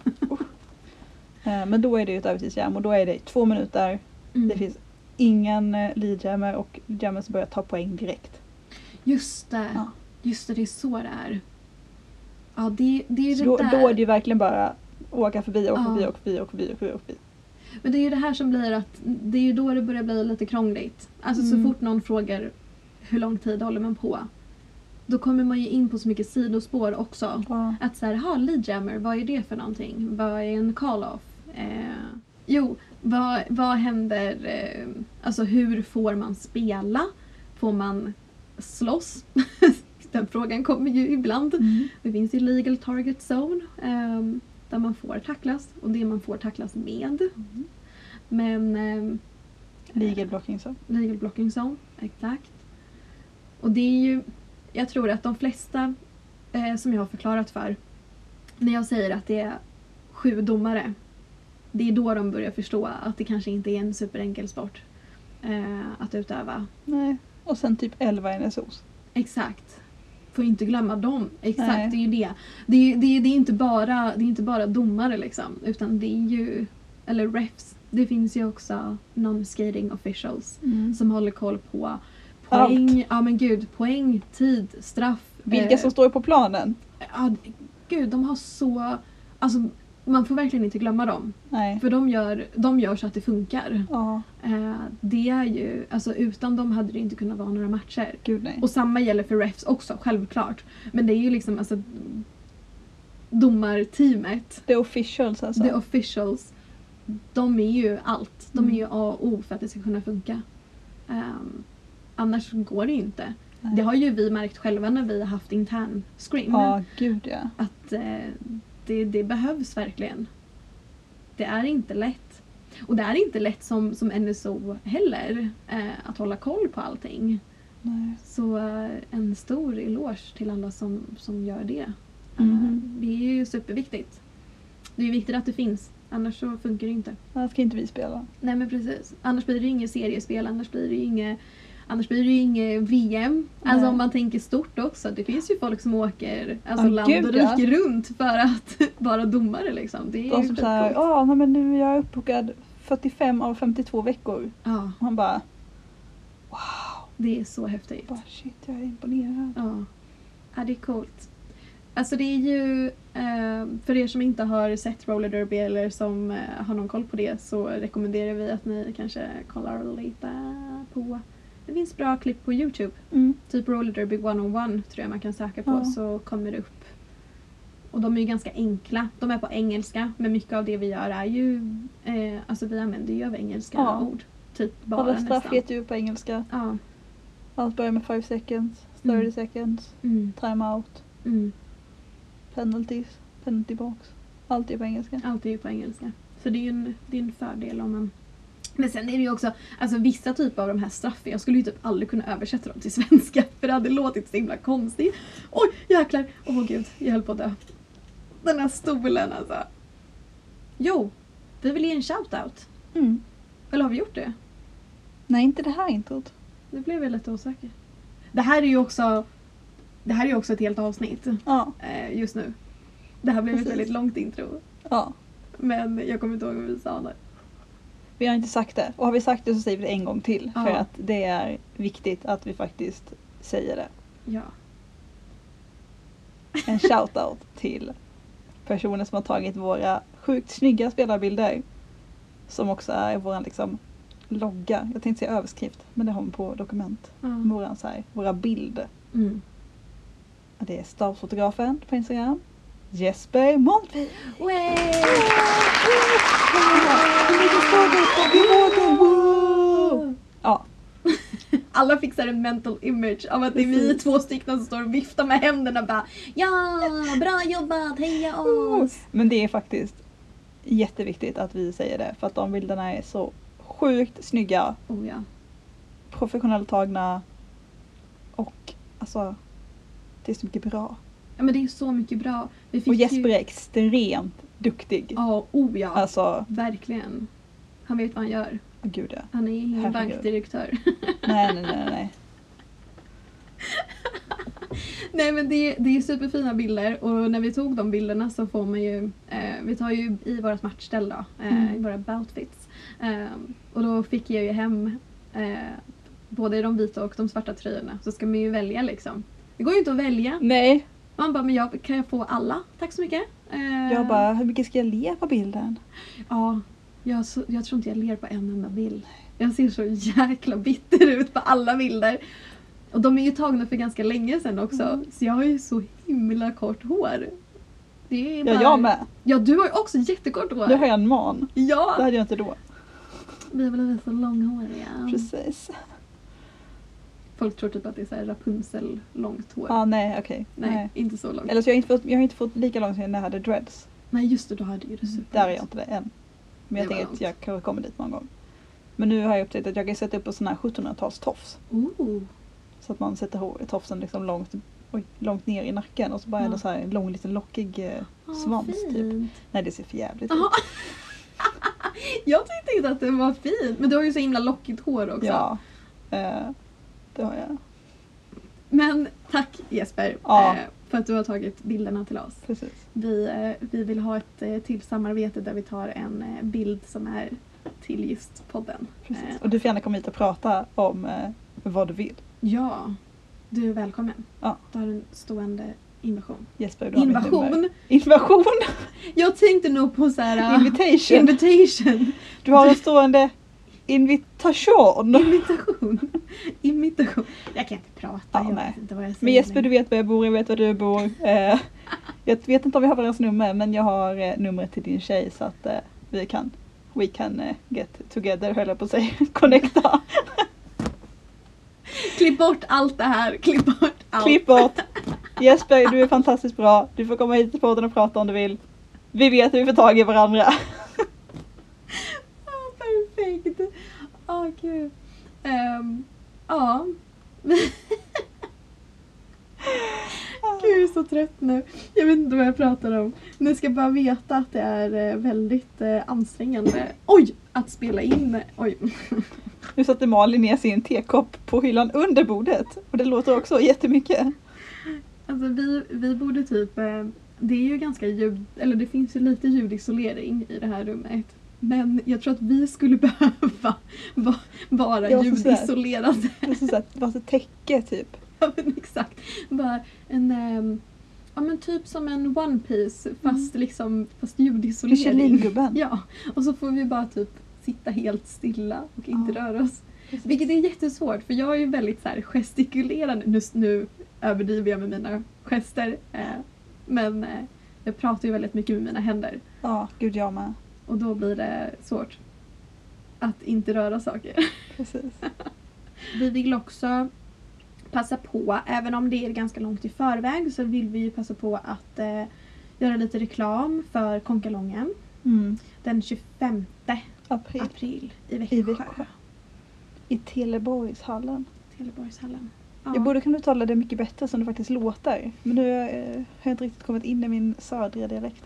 eh, men då är det ju ett övertidsjam och då är det två minuter.
Mm.
Det finns ingen eh, lead jammer och jammer som börjar ta poäng direkt.
Just det.
Ja.
Just det, det är så det är. Ja, det, det är
Så
det
då,
där.
då är det ju verkligen bara åka förbi, åka
Ja.
förbi, åka förbi, åka förbi, åka förbi, åka förbi.
Men det är ju det här som blir att det är ju då det börjar bli lite krångligt. Alltså
Mm.
så fort någon frågar hur lång tid håller man på, då kommer man ju in på så mycket sidospår också.
Ja.
Att så här, ha lead jammer, vad är det för någonting? Vad är en call-off? Eh, jo, vad, vad händer? Eh, alltså hur får man spela? Får man slåss? Den frågan kommer ju ibland.
Mm.
Det finns ju legal target zone eh, där man får tacklas och det man får tacklas med.
Mm.
Men eh,
Legal blocking så.
legal blocking zone, exakt. Och det är ju, jag tror att de flesta eh, som jag har förklarat för, när jag säger att det är sju domare, det är då de börjar förstå att det kanske inte är en superenkel sport eh, att utöva.
Nej. Och sen typ elva N S Os.
Exakt. Får inte glömma dem. Exakt,
Nej.
det är ju det. Det är, ju- det, är, det, är inte bara, det är inte bara domare liksom, utan det är ju, eller refs. Det finns ju också non-skating officials
Mm.
som håller koll på poäng, ja men gud, poäng, tid, straff.
Vilka
eh,
som står på planen?
Ja, gud, de har så, alltså man får verkligen inte glömma dem.
Nej.
För de gör, de gör så att det funkar.
Ja,
Eh, det är ju, alltså utan dem hade det inte kunnat vara några matcher.
gud nej.
Och samma gäller för refs också, självklart. Men det är ju liksom alltså domarteamet,
The officials alltså.
the officials, de är ju allt. De är
Mm.
ju A och O för att det ska kunna funka. Ehm, annars går det ju inte.
Nej.
Det har ju vi märkt själva när vi har haft intern scrim.
Ja, gud ja.
Att eh, det, det behövs verkligen. Det är inte lätt. Och det är inte lätt som, som N S O heller eh, att hålla koll på allting.
Nej.
Så eh, en stor eloge till alla som, som gör det.
Mhm.
Eh, det är ju superviktigt. Det är ju viktigt att det finns. Annars så funkar det inte.
Annars ska inte vi spela.
Nej men precis. Annars blir det ju inget seriespel. Annars blir det ju inget, annars blir det ju inget V M. Alltså
Nej.
om man tänker stort också. Det finns ju folk som åker alltså
Ja,
land
gud,
och
ja.
rike runt för att vara domare liksom. Det är
De
ju
som säger,
skitcoolt.
ja nej, men nu är jag uppbokad fyrtiofem av femtiotvå veckor.
Ja,
Och man bara,
det är så häftigt.
bara shit jag är imponerad.
Ja. Ja, det är coolt. Alltså det är ju, eh, för er som inte har sett roller derby eller som eh, har någon koll på det, så rekommenderar vi att ni kanske kollar lite på, det finns bra klipp på YouTube.
Mm.
Typ roller derby one oh one tror jag man kan söka på,
Ja.
så kommer det upp. Och de är ju ganska enkla. De är på engelska, men mycket av det vi gör är ju, eh, alltså vi använder ju av engelska
Ja.
ord. Typ bara
Alla straff
nästan.
heter ju på engelska.
Ja.
Allt börjar med five seconds, thirty
Mm.
seconds,
Mm.
timeout,
Mm.
penalties, penalty box. Allt är på engelska.
Allt är ju på engelska. Så det är ju en, det är en fördel om man... Men sen är det ju också, alltså vissa typer av de här straffen, jag skulle ju typ aldrig kunna översätta dem till svenska för det hade låtit så himla konstigt. Oj, jäklar! Åh oh, gud, jag höll på att dö. Den här stolen alltså. Jo, vi vill ge en shoutout.
Mm.
Eller har vi gjort det?
Nej, inte det här introt.
Nu blev jag lite osäker. Det här är ju också, det här är ju också ett helt avsnitt
Ja,
eh, just nu. Det här blev ett
Precis.
väldigt långt intro.
ja.
Men jag kommer inte ihåg om vi sa det.
Vi har inte sagt det. Och har vi sagt det så säger vi det en gång till.
Ja.
För att det är viktigt att vi faktiskt säger det.
Ja.
En shoutout till personer som har tagit våra sjukt snygga spelarbilder. Som också är vår liksom logga. Jag tänkte säga överskrift. Men det har vi på dokument.
Ja.
Våran, så här, våra bilder.
Mm.
Och det är stavsfotografen på Instagram. Jesper Montby.
Way!
Ja,
Alla fixar en mental image av att det är vi
Precis.
två stycken som står och viftar med händerna och bara ja, bra jobbat, heja oss!
men det är faktiskt jätteviktigt att vi säger det. För att de bilderna är så sjukt snygga,
Oh ja.
professionellt tagna och alltså det är så mycket bra.
Ja men det är så mycket bra. Vi fick
Och Jesper
ju...
är extremt duktig.
Ja, oh ja.
Alltså,
Verkligen. Han vet vad han gör.
oh gud ja.
Han är ingen
Herregud.
bankdirektör.
Nej, nej, nej, nej.
Nej men det, det är superfina bilder och när vi tog de bilderna så får man ju, eh, vi tar ju i vårt matchställ då, eh,
Mm.
i våra boutfits. Eh, och då fick jag ju hem eh, både de vita och de svarta tröjorna. Så ska man ju välja liksom. Det går ju inte att välja.
Nej,
Man bara, men jag, kan jag få alla? Tack så mycket. Eh,
jag bara, hur mycket ska jag le på bilden?
Ja, jag, så, jag tror inte jag ler på en enda bild. Jag ser så jäkla bitter ut på alla bilder. Och de är ju tagna för ganska länge sedan också.
Mm.
Så jag har ju så himla kort hår. Det är bara...
Ja, jag med.
Ja, du har ju också jättekort hår.
Nu har jag en man. Det
Ja,
hade jag inte då.
vi har blivit så långhåriga.
Precis.
Folk tror typ att det är så här Rapunzel långt hår.
Ja, ah, nej, okej.
Nej,
Nej.
inte så långt.
Eller så jag har inte fått, jag har inte fått lika långt som när jag hade dreads.
Nej, just det, då hade ju det super.
Där är jag inte det än. Men jag
Det var
tänker att
långt.
jag kanske kommer dit någon gång. Men nu har jag upptäckt att jag kan sätta upp en sån här sjuttonhundratals tofs.
Ooh.
Så att man sätter hår- tofsen liksom långt, oj, långt ner i nacken och så bara är
Ja.
det så här en lång liten lockig eh,
Ah,
svans typ.
fint.
Nej, det ser för jävligt
Jaha.
ut.
Jag tyckte inte att det var fint. Men du har ju så himla lockigt hår också.
Ja, eh, det har jag.
Men tack Jesper
Ja.
eh, för att du har tagit bilderna till oss.
Precis.
Vi, eh, vi vill ha ett eh, till samarbete där vi tar en eh, bild som är till just podden.
Precis.
Eh,
Och du får gärna komma hit och prata om eh, vad du vill.
Ja, du är välkommen.
Ja.
Du har en stående invasion.
Jesper, du har mitt
Invasion?
nummer. Invasion!
Jag tänkte nog på så här...
Invitation!
Invitation.
Du har en stående invitation!
Imitation. Imitation. Jag kan inte prata,
Ja,
jag
nej.
vet inte vad jag säger.
Men Jesper,
längre.
du vet var jag bor, jag vet var du bor. Eh, jag vet inte om vi har varandras nummer, men jag har eh, numret till din tjej så att eh, vi kan we can eh, get together, höll jag på att säga. Connecta.
Klipp bort allt det här. Klipp bort allt.
Klipp bort. Jesper, du är fantastiskt bra. Du får komma hit till podden och prata om du vill. Vi vet hur vi får tag i varandra.
Ah, perfekt. Åh gud. Ehm, Ja. Gud, jag är så trött nu. Jag vet inte vad jag pratar om. Ni ska bara veta att det är eh, väldigt eh, ansträngande. Oj! Att spela in. Oj.
Nu satte Malin ner sin tekopp på hyllan under bordet. Och det låter också jättemycket.
Alltså vi, vi borde typ... eh, Det är ju ganska ljud... Eller det finns ju lite ljudisolering i det här rummet. Men jag tror att vi skulle behöva va, vara
Ja, så så här.
ljudisolerade.
Det är så så här, det var så täcke typ.
Ja men exakt. Bara en... ehm, ja men typ som en One Piece fast liksom... Fast ljudisolering.
Michelin-gubben.
Ja. Och så får vi bara typ sitta helt stilla och inte
Ja.
röra oss.
Precis.
Vilket är jättesvårt för jag är ju väldigt så här gestikulerande. Nu, nu överdriver jag med mina gester. Eh, men eh, jag pratar ju väldigt mycket med mina händer.
Ja, gud jag med.
Och då blir det svårt att inte röra saker.
Precis.
Vi vill också passa på, även om det är ganska långt i förväg, så vill vi ju passa på att eh, göra lite reklam för Konkalongen.
Mm.
Den tjugofemte
April.
april i Växjö.
I Växjö. I Teleborgshallen.
Teleborgshallen. Ja.
Jag borde kunna uttala det mycket bättre som det faktiskt låter. Men nu eh, har jag inte riktigt kommit in i min södra dialekten.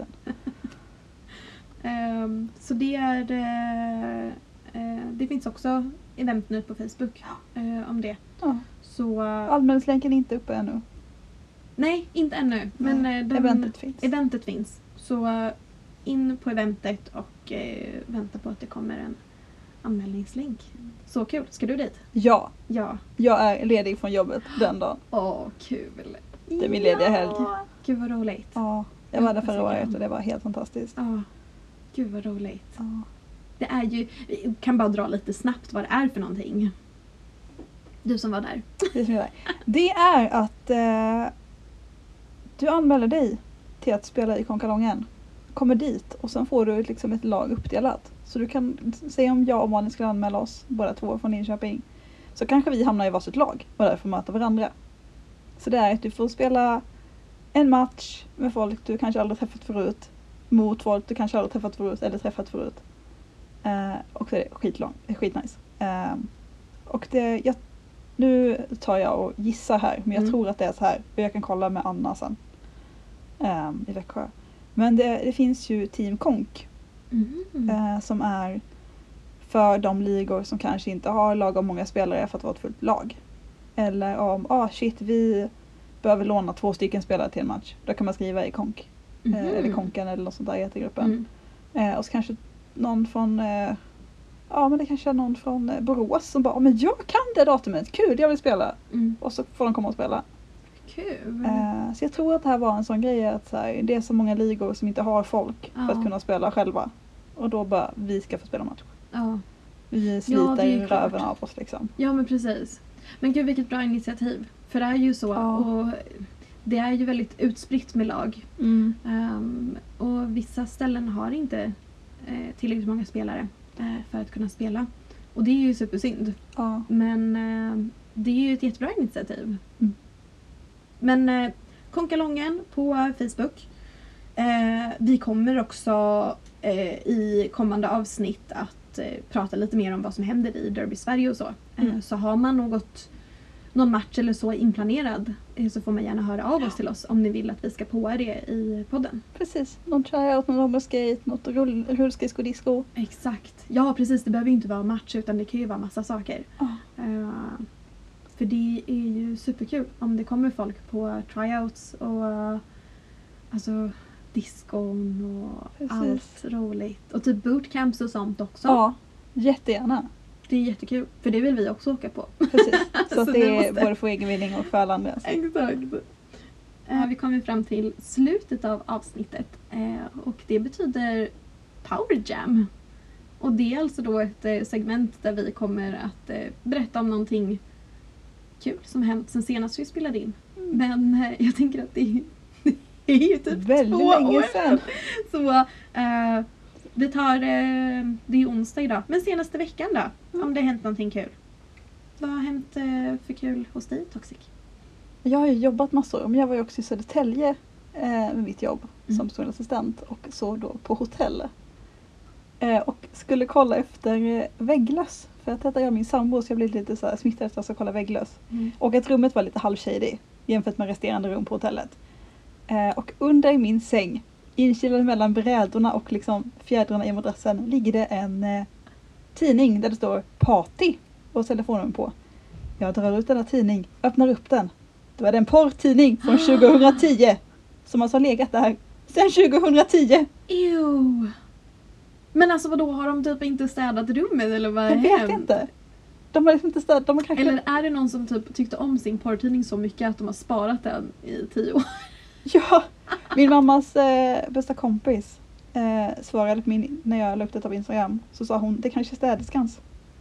Ehm, så det är... eh, eh, det finns också event nu på Facebook eh, om det.
Ja.
Så...
Anmälningslänken är inte uppe ännu.
Nej, inte ännu. Men
Nej,
eh, den,
eventet finns.
eventet finns. Så eh, in på eventet och eh, vänta på att det kommer en anmälningslänk. Så kul. Ska du dit?
Ja,
Ja.
jag är ledig från jobbet den dagen.
Åh, kul.
Det är min lediga helg.
Gud vad roligt.
Ja, jag var där förra
Hoppas jag
året
kan.
och det var helt fantastiskt.
Ja. Gud vad roligt.
Ja.
Det är ju, vi kan bara dra lite snabbt vad det är för någonting. Du som var där.
Det, som är där. Det är att eh, du anmäler dig till att spela i Konkalongen. Kommer dit och sen får du liksom ett lag uppdelat. Så du kan säga om jag och Malin skulle anmäla oss, båda två från Linköping. Så kanske vi hamnar i varsitt lag och därför möta varandra. Så det är att du får spela en match med folk du kanske aldrig träffat förut. Mot folk du kanske aldrig träffat förut eller träffat förut. Uh, och så är det skitlång, skitnice. Uh, och det, jag, nu tar jag och gissar här, men jag mm. tror att det är så här. Och jag kan kolla med Anna sen. Um, I Växjö. Men det, det finns ju Team Konk. Mm. Uh, som är för de ligor som kanske inte har lagom många spelare för att vara ett fullt lag. Eller om, ah shit, vi behöver låna två stycken spelare till en match. Då kan man skriva i Konk. Mm. Uh, eller Konken eller något sånt där i gruppen. Mm. Uh, och så kanske någon från, uh, ja men det kanske är någon från uh, Borås som bara, oh, men jag kan det datumet, kul, jag vill spela. Mm. Och så får de komma och spela.
Kul.
Uh, så jag tror att det här var en sån grej att så här, det är så många ligor som inte har folk ja. För att kunna spela själva. Och då bara, vi ska få spela match. Ja. Vi sliter i ja, röven av oss liksom.
Ja men precis. Men gud vilket bra initiativ. För det är ju så ja. Och det är ju väldigt utspritt med lag. Mm. Um, och vissa ställen har inte eh, tillräckligt många spelare eh, för att kunna spela. Och det är ju supersynd. Ja. Men eh, det är ju ett jättebra initiativ. Mm. Men eh, Konkalongen på Facebook. Eh, vi kommer också eh, i kommande avsnitt att eh, prata lite mer om vad som händer i Derby Sverige och så. Mm. Eh, så har man något, någon match eller så inplanerad eh, så får man gärna höra av oss till oss om ni vill att vi ska på det i podden.
Precis, någon tryout, någon rollerskate, något rull, rullskridsko, disco.
Exakt, ja precis, det behöver ju inte vara match utan det kan ju vara massa saker. Oh. Eh, för det är ju superkul om det kommer folk på tryouts och alltså diskon och precis. Allt roligt. Och typ bootcamps och sånt också.
Ja, jättegärna.
Det är jättekul, för det vill vi också åka på.
Precis, så, så att det är måste... både för egen vinning och för alla andra.
Exakt. Uh, vi kommer fram till slutet av avsnittet uh, och det betyder Power Jam. Och det är alltså då ett uh, segment där vi kommer att uh, berätta om någonting kul som hänt sen senast vi spelade in. Mm. Men uh, jag tänker att det är det är ju typ väldigt två länge år sedan. Så uh, vi tar, uh, det är onsdag idag. Men senaste veckan då, mm. om det har hänt någonting kul. Vad har hänt uh, för kul hos dig, Toxic?
Jag har ju jobbat massor, men jag var ju också i Södertälje uh, med mitt jobb mm. som studentassistent och så då på hotell. Uh, och skulle kolla efter uh, vägglöss. För att detta jag min sambo så jag blev lite så här smittad efter att jag kolla vägglöss. Mm. Och att rummet var lite halvshady jämfört med resterande rum på hotellet. Eh, och under min säng, inkilad mellan brädorna och liksom fjädrarna i madrassen, ligger det en eh, tidning där det står party och telefonnummer på. Jag drar ut denna tidning, öppnar upp den. Det var en porrtidning från tjugohundratio som alltså har legat där sedan tjugohundratio.
Ew. Men alltså vadå, har de typ inte städat rummet eller vad är
det? Jag vet inte. De har liksom inte städat, de har kanske...
Eller är det någon som typ tyckte om sin porrtidning så mycket att de har sparat den i tio år?
Ja, min mammas eh, bästa kompis eh, svarade på min, när jag la upp det på Instagram, så sa hon, det kanske är städerskans.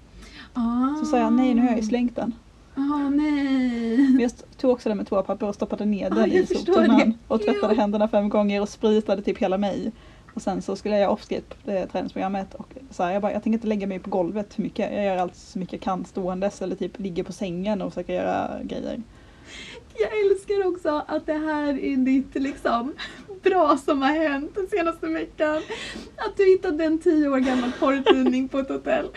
Ah. Så sa jag, nej nu har jag ju slängt den.
Ah, nej.
Men jag tog också den med toapapper och stoppade ner den ah, i soptunnan och tvättade jo. händerna fem gånger och spritade typ hela mig. Och sen så skulle jag offskate på det träningsprogrammet och så här, jag bara, jag tänker inte lägga mig på golvet för mycket. Jag gör allt så mycket jag kan ståendes eller typ ligger på sängen och försöker göra grejer.
Jag älskar också att det här är ditt liksom bra som har hänt den senaste veckan. Att du hittade en tio år gammal porrtidning på ett hotell.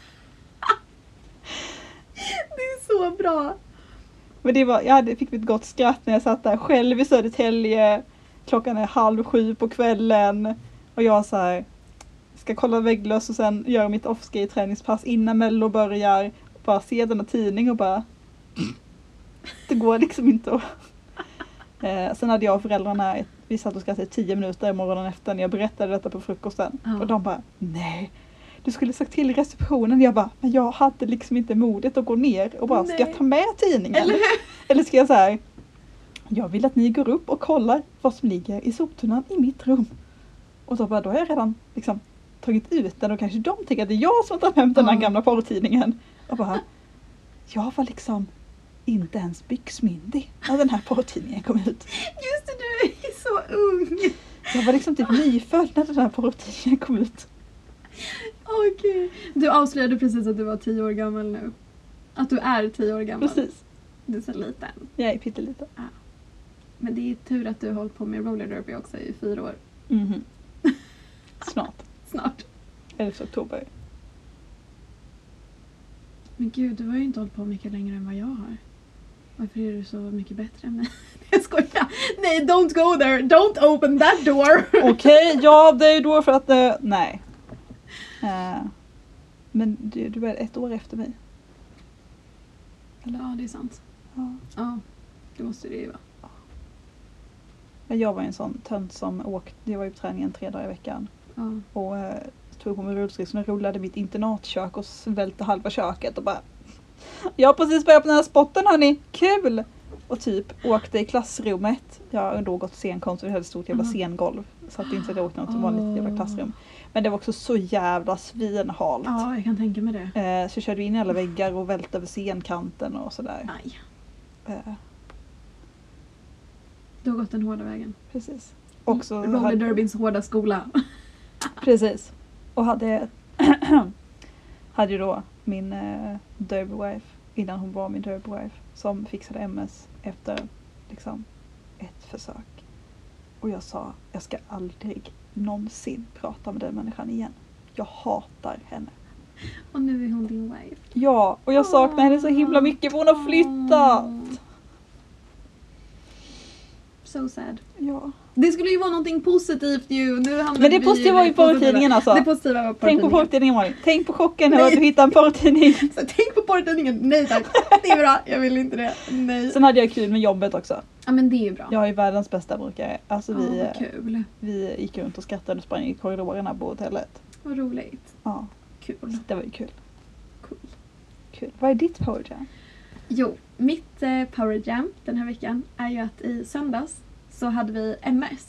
Det är så bra.
Men det var, jag hade, fick ett gott skratt när jag satt där själv i Södertälje. Klockan är halv sju på kvällen. Och jag så här, ska kolla vägglöss och sen göra mitt off-skate träningspass innan Mello börjar. Och bara se den här tidningen och bara... Det går liksom inte att... Eh, sen hade jag och föräldrarna, vi satt och skrattade tio minuter i morgonen efter när jag berättade detta på frukosten. Ja. Och de bara, nej, du skulle sagt till receptionen. Jag bara, men jag hade liksom inte modet att gå ner och bara, nej. Ska jag ta med tidningen? Eller, Eller ska jag så här, jag vill att ni går upp och kollar vad som ligger i soptunnan i mitt rum. Och så bara, då har jag redan liksom tagit ut den och kanske de tycker att det är jag som tar hem den här ja. gamla porrtidningen. Och bara, jag var liksom... inte ens byxmyndig när den här porrtidningen kom ut.
Just det, du är så ung.
Jag var liksom typ nyfödd när den här porrtidningen kom ut.
Okej. Okay. Du avslöjade precis att du var tio år gammal nu. Att du är tio år gammal.
Precis.
Du är så liten.
Jag är pytteliten.
Ja. Men det är tur att du har hållit på med roller derby också i fyra år.
Mhm. Snart.
Snart.
elfte oktober.
Men gud, du har ju inte hållit på mycket längre än vad jag har. Varför är du så mycket bättre än mig? Jag skojar. Nej, don't go there. Don't open that door.
Okej, okay, ja det är ju då för att, uh, nej. Uh, men du, du är ett år efter mig.
Eller ja, det är sant.
Ja.
Ja, det måste det ju vara.
Jag var en sån tönt som åkte, jag var ju på träningen tre dagar i veckan.
Ja.
Och uh, tog på mig rullskridskor och rullade mitt internatkök och svälte halva köket och bara jag har precis börjat på den här spotten hörni, kul! Och typ åkte i klassrummet. Jag har då gått scenkonst och vi hade ett stort jävla scengolv. Så att det inte att jag åkte något som vanligt jävla klassrum. Men det var också så jävla svinhalt.
Ja, jag kan tänka mig det.
Eh, så jag körde in i alla väggar och välte över scenkanten och sådär.
Nej.
Eh.
Du har gått den hårda vägen.
Precis. Också
Roller
hade...
Derbyns hårda skola.
Precis. Och hade hade ju då min eh, derbywife innan hon var min derbywife som fixade M S efter liksom ett försök. Och jag sa, jag ska aldrig någonsin prata med den människan igen. Jag hatar henne.
Och nu är hon din wife.
Ja, och jag saknar henne så himla mycket för hon har flyttat.
So sad.
Ja.
Det skulle ju vara någonting positivt ju. Nu
men det positiva var ju porrtidningen alltså.
Det positiva var
Tänk på porrtidningen Malin. Tänk på chocken när du hittar en porrtidning.
Så tänk på porrtidningen. Nej tack. Det är bra. Jag vill inte det. Nej.
Sen hade jag kul med jobbet också.
Ja men det är ju bra.
Jag är ju världens bästa brukare. Alltså vi,
ja, kul.
vi gick runt och skrattade och sprang i korridorerna på hotellet.
Vad roligt.
Ja.
Kul.
Så det var ju kul.
Cool.
Kul. Vad är ditt power jam?
Jo, mitt eh, power jam den här veckan är ju att i söndags så hade vi M S.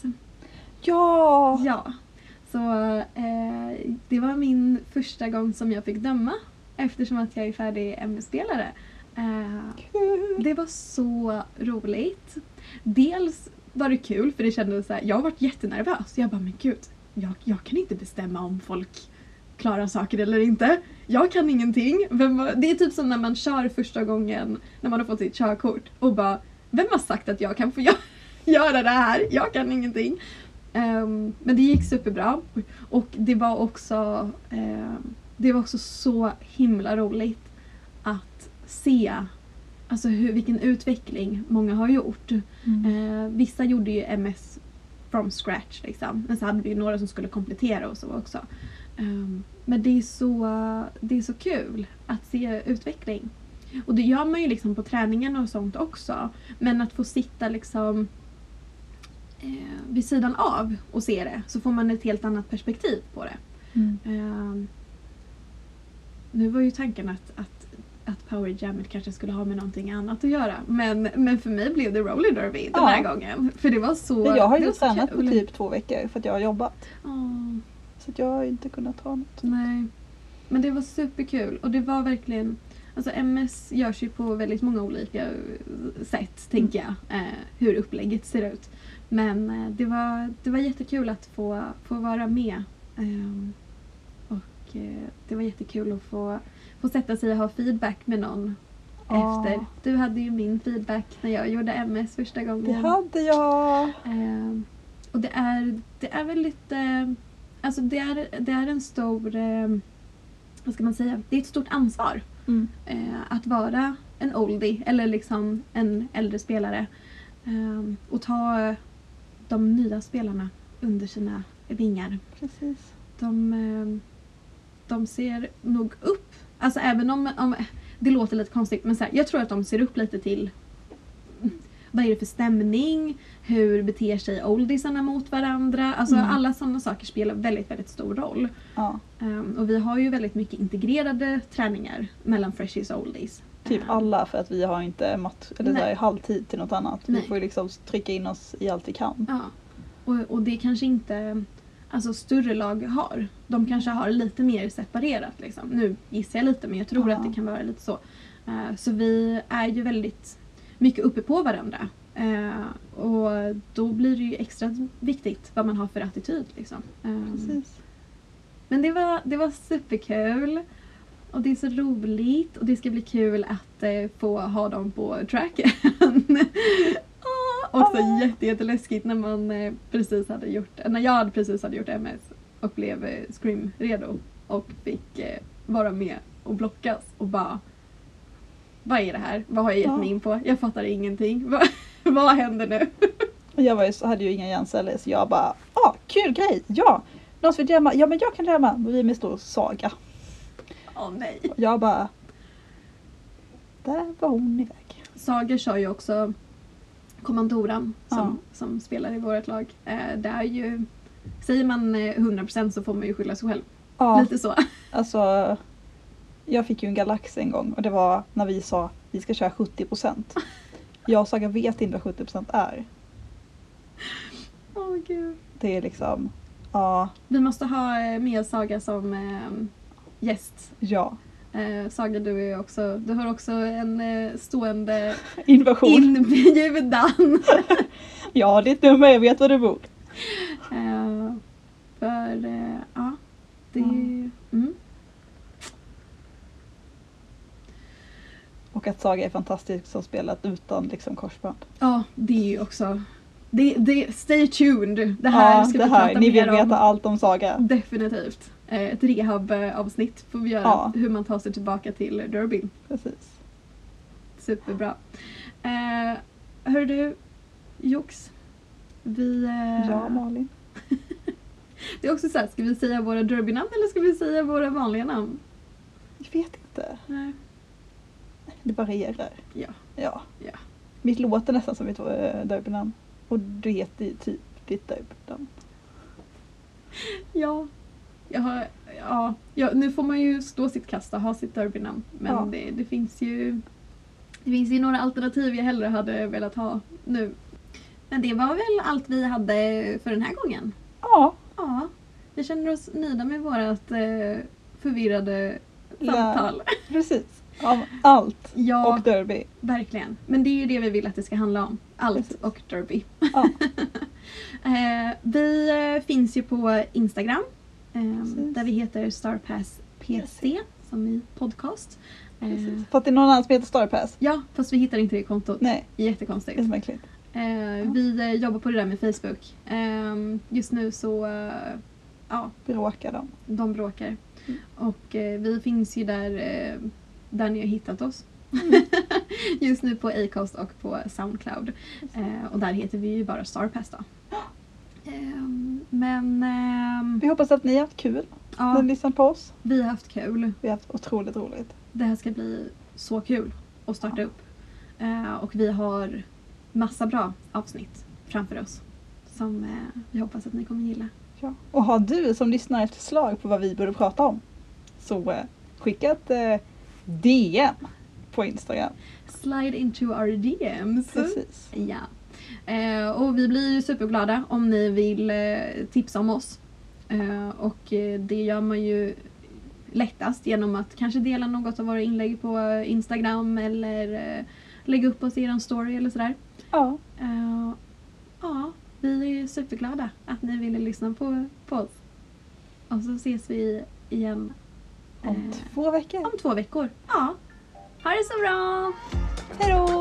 Ja!
Ja. Så eh, det var min första gång som jag fick döma eftersom att jag är färdig M S-spelare. Eh, det var så roligt. Dels var det kul för det kändes så här, jag har varit jättenervös. Jag bara, men gud, jag, jag kan inte bestämma om folk klarar saker eller inte. Jag kan ingenting. Det är typ som när man kör första gången när man har fått sitt körkort och bara, vem har sagt att jag kan få göra göra det här? Jag kan ingenting. Um, men det gick superbra. Och det var också um, det var också så himla roligt att se alltså hur, vilken utveckling många har gjort. Mm. Uh, vissa gjorde ju M S from scratch liksom. Men så hade vi ju några som skulle komplettera och så också. Um, men det är så det är så kul att se utveckling. Och det gör man ju liksom på träningen och sånt också. Men att få sitta liksom eh, vid sidan av och se det. Så får man ett helt annat perspektiv på det. Mm. Eh, nu var ju tanken att, att, att Power Jammet kanske skulle ha med någonting annat att göra. Men, men för mig blev det roller derby den här ja. gången. För det var så
men jag har ju
tränat
på typ två veckor för att jag har jobbat.
Oh.
Så att jag har inte kunnat ha något.
Nej. Men det var superkul. Och det var verkligen... Alltså M S görs ju på väldigt många olika sätt, mm. tänker jag. Eh, hur upplägget ser ut. Men eh, det, var, det var jättekul att få, få vara med. Eh, och eh, det var jättekul att få, få sätta sig och ha feedback med någon oh. efter. Du hade ju min feedback när jag gjorde M S första gången.
Det hade jag!
Eh, och det är, det är väldigt... Eh, alltså det är, det är en stor... Eh, vad ska man säga? Det är ett stort ansvar. Mm. Eh, att vara en oldie eller liksom en äldre spelare eh, och ta de nya spelarna under sina vingar.
Precis.
De, eh, de ser nog upp, alltså även om, om det låter lite konstigt, men så här, jag tror att de ser upp lite till vad är det för stämning, hur beter sig oldiesarna mot varandra, alltså mm. alla sådana saker spelar väldigt, väldigt stor roll. Ja. Um, och vi har ju väldigt mycket integrerade träningar mellan freshies och oldies.
Typ um, alla, för att vi har inte match, eller så här, halvtid till något annat. Nej. Vi får ju liksom trycka in oss i allt vi kan.
Ja, och, och det kanske inte alltså större lag har. De kanske har lite mer separerat liksom. Nu gissar jag lite, men jag tror ja. att det kan vara lite så. Uh, så vi är ju väldigt mycket uppe på varandra. Uh, och då blir det ju extra viktigt vad man har för attityd. Liksom. Um,
Precis.
Men det var, det var superkul. Och det är så roligt. Och det ska bli kul att uh, få ha dem på tracken. oh, också oh. jätte, jätteläskigt när man uh, precis hade gjort, när jag precis hade gjort M S och blev uh, scrim redo. och fick eh, vara med och blockas och bara, vad är det här? Vad har jag gett
Ja.
mig in på? Jag fattar ingenting. Vad, vad händer nu?
Och jag var ju, så hade ju inga hjärnceller så jag bara, ah, kul grej, ja! Någon som vill jamma, ja men jag kan jamma. Och vi med stor saga.
Åh nej.
Och jag bara, där var hon iväg.
Sager kör ju också kommandoran som,
Ja.
som spelar i vårt lag. Eh, det är ju, säger man eh, hundra procent så får man ju skylla sig själv.
Ja,
Lite så.
alltså jag fick ju en Galax en gång och det var när vi sa vi ska köra sjuttio procent. Jag och Saga vet inte vad sjuttio procent är.
Åh gud.
Det är liksom, ja,
Vi måste ha eh, med Saga som eh, gäst.
ja.
Eh, Saga, du, är också, du har också en eh, stående
Invasion.
inbjudan.
Ja, ditt nummer, jag vet var du bor.
eh, för, eh, ja. Det är
Mm.
mm.
Och att Saga är fantastisk som spelat utan liksom korsband.
Ja, det är ju också... Det, det, stay tuned. Det här
Ja,
ska
det
vi
här,
prata
ni
mer
vill
om.
veta allt om Saga.
Definitivt. Eh, Ett rehab-avsnitt får vi göra.
Ja.
Hur man tar sig tillbaka till Derby.
Precis.
Superbra. Eh, hör du, Jox. Vi... Eh,
Ja, Malin.
det är också så här, ska vi säga våra Derby-namn eller ska vi säga våra vanliga namn?
Jag vet inte.
Nej.
Det varierar.
Ja.
Ja.
Ja.
Mitt låter nästan som ett äh, derbynamn. Och du heter ju typ ditt derbynamn.
Ja. Jag har, ja. ja. Nu får man ju stå sitt kast och ha sitt Derby-namn. Men
Ja.
det, det finns ju... Det finns ju några alternativ jag hellre hade velat ha nu. Men det var väl allt vi hade för den här gången.
Ja.
Ja, vi känner oss nöjda med vårat eh, förvirrade
Ja.
samtal.
Precis. Av allt.
Ja,
Och derby.
verkligen. Men det är ju det vi vill att det ska handla om. Allt
Precis.
och Derby.
Ja.
eh, vi eh, finns ju på Instagram. Eh,
Precis.
där vi heter Starpass P C som i podcast. Eh,
Precis. För att det är någon annan som heter Starpass.
ja, fast vi hittar inte det kontot.
Nej,
Jättekonstigt.
det är så märkligt.
Eh, vi eh, jobbar på det där med Facebook. Eh, just nu så, eh, ja,
Bråkar de.
de bråkar.
Mm.
Och eh, vi finns ju där, eh, där ni har hittat oss.
Mm.
just nu på Acast och på Soundcloud. Eh, och där heter vi ju bara Starpass då. Ehm, men ehm,
Vi hoppas att ni har haft kul när
ja,
ni lyssnat på oss.
vi har haft kul.
Vi har haft otroligt roligt.
Det här ska bli så kul att starta
Ja.
upp. Eh, och vi har massa bra avsnitt framför oss. Som eh, vi hoppas att ni kommer gilla.
Ja. Och har du som lyssnar ett förslag på vad vi borde prata om så eh, skicka ett eh, D M på Instagram.
Slide into our D Ms.
Precis.
Ja. Eh, och vi blir ju superglada om ni vill eh, tipsa om oss. Eh, och eh, det gör man ju lättast genom att kanske dela något av våra inlägg på Instagram eller eh, lägga upp oss i er story eller sådär.
Ja,
Eh, ja, vi är superglada att ni ville lyssna på, på oss. Och så ses vi igen
om
eh,
två veckor.
om två veckor. Ja, ha det så bra!
Hej då!